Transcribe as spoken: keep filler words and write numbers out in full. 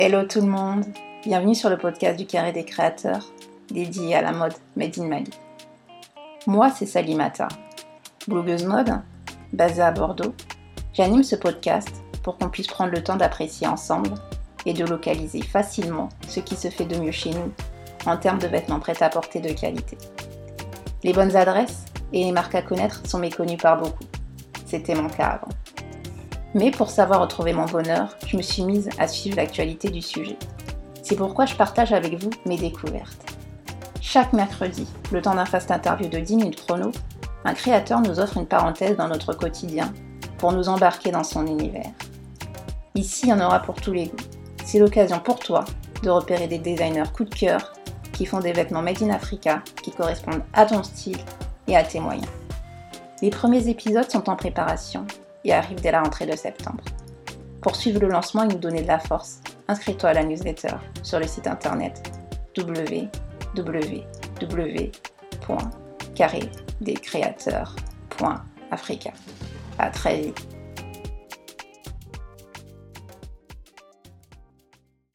Hello tout le monde, bienvenue sur le podcast du Carré des créateurs, dédié à la mode Made in Mali. Moi c'est Salimata, blogueuse mode, basée à Bordeaux. J'anime ce podcast pour qu'on puisse prendre le temps d'apprécier ensemble et de localiser facilement ce qui se fait de mieux chez nous en termes de vêtements prêt-à-porter de qualité. Les bonnes adresses et les marques à connaître sont méconnues par beaucoup. C'était mon cas avant. Mais pour savoir retrouver mon bonheur, je me suis mise à suivre l'actualité du sujet. C'est pourquoi je partage avec vous mes découvertes. Chaque mercredi, le temps d'un fast interview de dix minutes chrono, un créateur nous offre une parenthèse dans notre quotidien pour nous embarquer dans son univers. Ici, il y en aura pour tous les goûts. C'est l'occasion pour toi de repérer des designers coup de cœur qui font des vêtements made in Africa qui correspondent à ton style et à tes moyens. Les premiers épisodes sont en préparation et arrive dès la rentrée de septembre. Pour suivre le lancement et nous donner de la force, inscris-toi à la newsletter sur le site internet w w w point carré des créateurs point africa. À très vite.